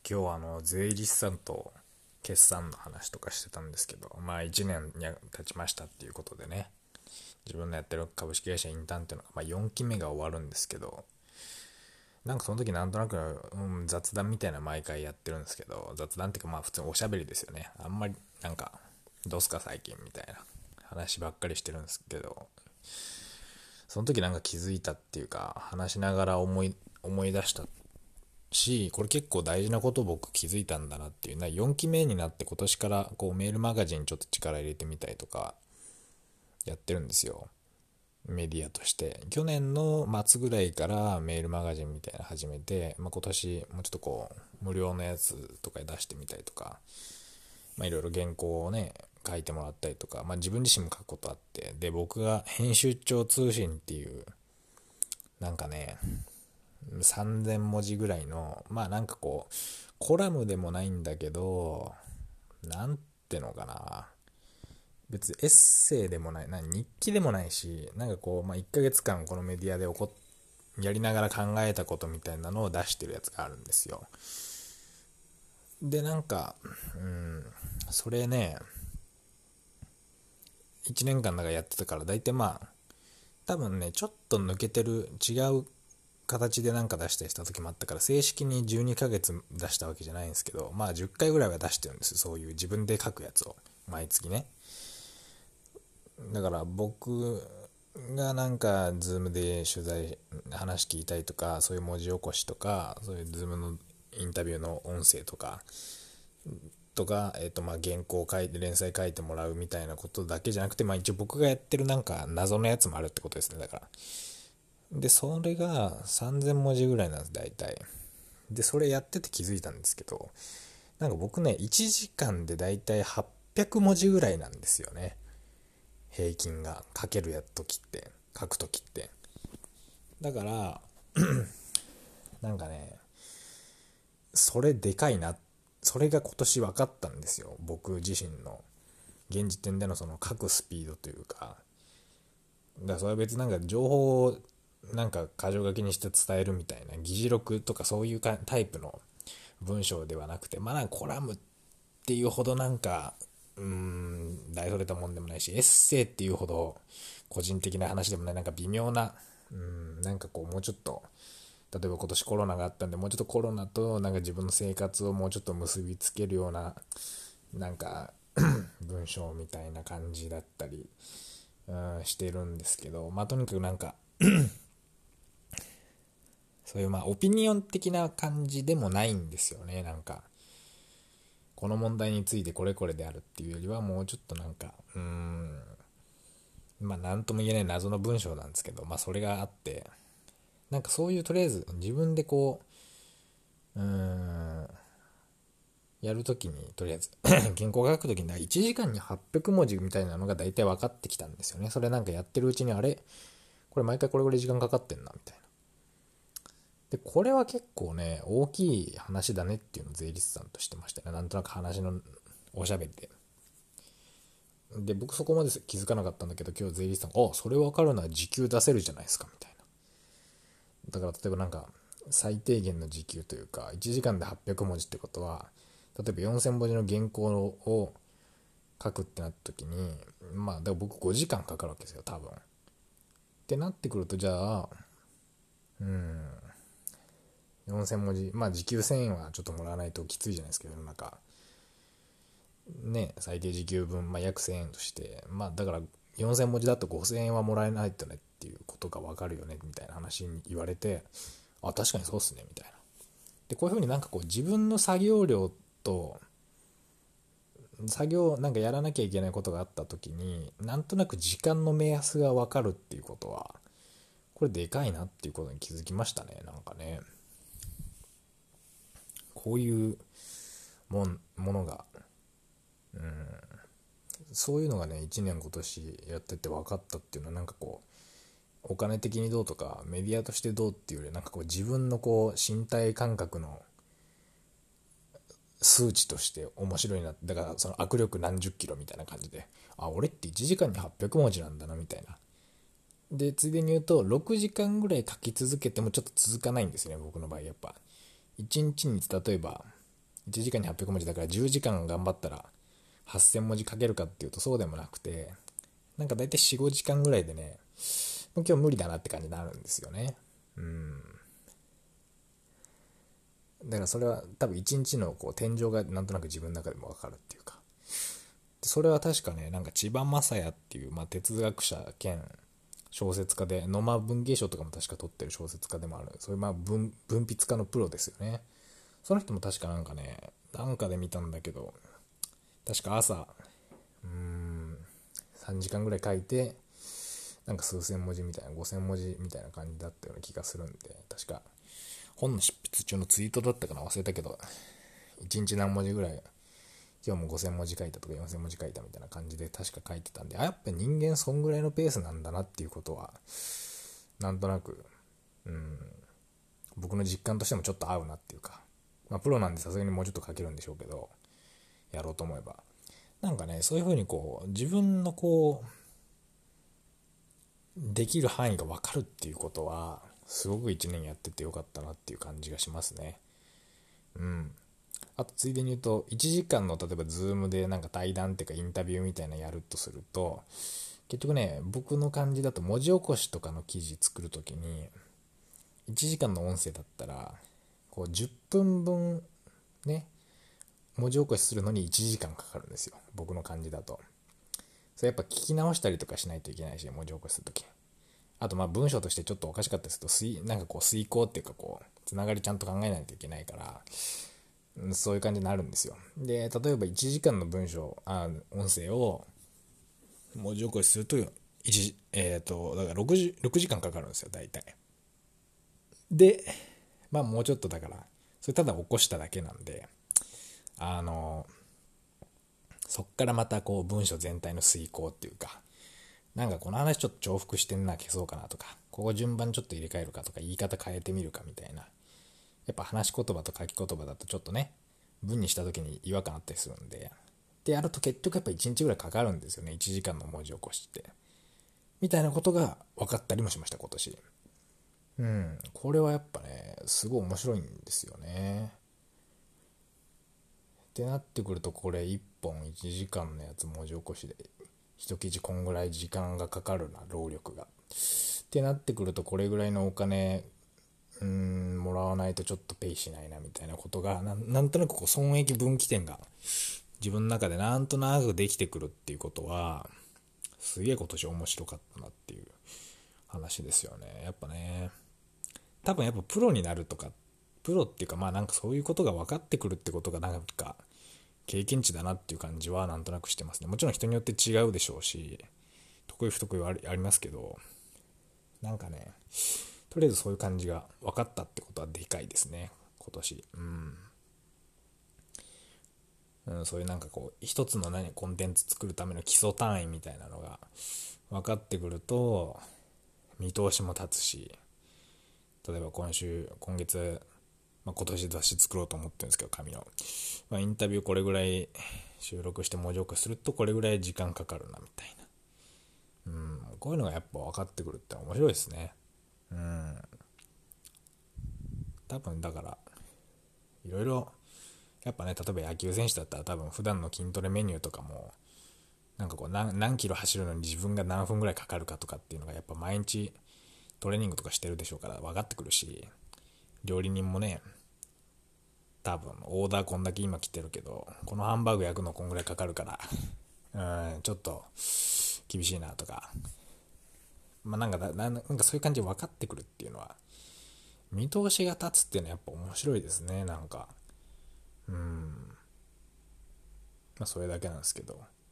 今日は税理士さんと決算の話とかしてたんですけど、まあ1年に経ちましたっていうことでね、自分のやってる株式会社インターンっていうのが、4期目が終わるんですけど、なんかその時なんとなく、雑談みたいな毎回やってるんですけど、雑談っていうか普通におしゃべりですよね。あんまりなんか、どうすか最近みたいな話ばっかりしてるんですけど、その時なんか気づいたっていうか、話しながら思い出したし、これ結構大事なことを僕気づいたんだなっていう4期目になって今年からこうメールマガジンちょっと力入れてみたりとかやってるんですよ。メディアとして去年の末ぐらいからメールマガジンみたいなの始めて、今年もうちょっとこう無料のやつとか出してみたりとか、いろいろ原稿をね書いてもらったりとか、自分自身も書くことあって、で僕が編集長通信っていうなんかね3000文字ぐらいの、なんかこう、コラムでもないんだけど、なんてのかな。別にエッセイでもない、日記でもないし、なんかこう、1ヶ月間このメディアでやりながら考えたことみたいなのを出してるやつがあるんですよ。で、なんか、それね、1年間だからやってたから、大体多分ね、ちょっと抜けてる、違う形でなんか出したりした時もあったから、正式に12ヶ月出したわけじゃないんですけど、10回ぐらいは出してるんですよ。そういう自分で書くやつを毎月ね。だから僕がなんかズームで話聞いたりとか、そういう文字起こしとか、そういうズームのインタビューの音声とか原稿を書いて連載書いてもらうみたいなことだけじゃなくて、一応僕がやってるなんか謎のやつもあるってことですね。だからで、それが3000文字ぐらいなんです、大体。で、それやってて気づいたんですけど、なんか僕ね、1時間で大体800文字ぐらいなんですよね。平均が書くときって。だから、なんかね、それでかいな。それが今年分かったんですよ。僕自身の現時点でのその書くスピードというか。だからそれは別になんか情報をなんか箇条書きにして伝えるみたいな議事録とかそういうタイプの文章ではなくて、なんかコラムっていうほどなんか大それたもんでもないし、エッセイっていうほど個人的な話でもない、なんか微妙な、なんかこうもうちょっと、例えば今年コロナがあったんで、もうちょっとコロナとなんか自分の生活をもうちょっと結びつけるようななんか文章みたいな感じだったり、してるんですけど、とにかくなんかそういうオピニオン的な感じでもないんですよね。なんかこの問題についてこれこれであるっていうよりは、もうちょっとなんかなんとも言えない謎の文章なんですけど、それがあって、なんかそういうとりあえず自分でこうやるときに、とりあえず原稿を書くときに1時間に800文字みたいなのが大体分かってきたんですよね。それなんかやってるうちに、あれこれ毎回これぐらい時間かかってんなみたいな。で、これは結構ね、大きい話だねっていうのを税理士さんとしてましたね。なんとなく話のおしゃべりで。で、僕そこまで気づかなかったんだけど、今日税理士さんが、それ分かるのは時給出せるじゃないですか、みたいな。だから例えばなんか、最低限の時給というか、1時間で800文字ってことは、例えば4000文字の原稿を書くってなった時に、だから僕5時間かかるわけですよ、多分。ってなってくると、じゃあ、4000文字、時給1000円はちょっともらわないときついじゃないですか、世の中。ね、最低時給分、約1000円として、だから4000文字だと5000円はもらえないとねっていうことがわかるよね、みたいな話に言われて、確かにそうっすね、みたいな。で、こういうふうになんかこう自分の作業量と、なんかやらなきゃいけないことがあった時に、なんとなく時間の目安がわかるっていうことは、これでかいなっていうことに気づきましたね、なんかね。こういうものが、そういうのがね、1年今年やってて分かったっていうのは、なんかこう、お金的にどうとか、メディアとしてどうっていうより、なんかこう、自分のこう、身体感覚の数値として面白いな。だからその握力何十キロみたいな感じで、俺って1時間に800文字なんだなみたいな。で、ついでに言うと、6時間ぐらい書き続けてもちょっと続かないんですよね、僕の場合やっぱ。1日にちに例えば 1時間に800文字だから10時間頑張ったら8000文字書けるかっていうとそうでもなくて、なんか大体4、5時間ぐらいでね、もう今日無理だなって感じになるんですよね。うん。だからそれは多分一日のこう天井がなんとなく自分の中でも分かるっていうか。それは確かね、なんか千葉雅也っていう、まあ、哲学者兼小説家で、野間文芸賞とかも確か取ってる小説家でもある、そういうまあ文筆家のプロですよね。その人も確かなんかね、なんかで見たんだけど、確か朝、3時間ぐらい書いて、なんか数千文字みたいな、5000文字みたいな感じだったような気がするんで、確か本の執筆中のツイートだったかな、忘れたけど、1日何文字ぐらい、今日も5000文字書いたとか4000文字書いたみたいな感じで確か書いてたんで、やっぱ人間そんぐらいのペースなんだなっていうことは、なんとなく、うん、僕の実感としてもちょっと合うなっていうか、まあプロなんでさすがにもうちょっと書けるんでしょうけど、やろうと思えば。なんかね、そういう風にこう、自分のこう、できる範囲が分かるっていうことは、すごく1年やっててよかったなっていう感じがしますね。うん。あとついでに言うと、1時間の例えばズームでなんか対談っていうかインタビューみたいなのやるとすると、結局ね、僕の感じだと文字起こしとかの記事作るときに、1時間の音声だったら、こう10分分ね、文字起こしするのに1時間かかるんですよ。僕の感じだと。それやっぱ聞き直したりとかしないといけないし、文字起こしするとき。あとまあ文章としてちょっとおかしかったりすると、なんかこう遂行っていうかこう、つながりちゃんと考えないといけないから、そういう感じになるんですよ。で、例えば1時間の音声を文字起こしすると、だから6時間かかるんですよ、大体。で、まあもうちょっとだから、それただ起こしただけなんで、あの、そっからまたこう文章全体の遂行っていうか、なんかこの話ちょっと重複してんな、消そうかなとか、ここ順番ちょっと入れ替えるかとか、言い方変えてみるかみたいな。やっぱ話し言葉と書き言葉だとちょっとね、文にした時に違和感あったりするんで、でやると結局やっぱ1日ぐらいかかるんですよね、1時間の文字起こしって。みたいなことが分かったりもしました、今年。うん、これはやっぱね、すごい面白いんですよね。ってなってくると、これ1本1時間のやつ文字起こしで、一記事こんぐらい時間がかかるな、労力が。ってなってくると、これぐらいのお金、もらわないとちょっとペイしないなみたいなことが、なんとなくこう損益分岐点が自分の中でなんとなくできてくるっていうことは、すげえ今年面白かったなっていう話ですよね。やっぱね、多分やっぱプロになるとか、プロっていうかまあなんかそういうことが分かってくるってことがなんか経験値だなっていう感じはなんとなくしてますね。もちろん人によって違うでしょうし、得意不得意はありますけど、なんかね、とりあえずそういう感じが分かったってことはでかいですね、今年。そういうなんかこう、一つのコンテンツ作るための基礎単位みたいなのが分かってくると、見通しも立つし、例えば今月、まあ、今年雑誌作ろうと思ってるんですけど、紙の。まあ、インタビューこれぐらい収録して文字起こしするとこれぐらい時間かかるなみたいな。こういうのがやっぱ分かってくるって面白いですね。多分だから、いろいろ、やっぱね、例えば野球選手だったら多分普段の筋トレメニューとかも、なんかこう何キロ走るのに自分が何分ぐらいかかるかとかっていうのがやっぱ毎日トレーニングとかしてるでしょうから分かってくるし、料理人もね、多分オーダーこんだけ今来てるけど、このハンバーグ焼くのこんぐらいかかるから、ちょっと厳しいなとか、まあなんかそういう感じで分かってくるっていうのは、見通しが立つっていうのはやっぱ面白いですね、なんか。まあそれだけなんですけど。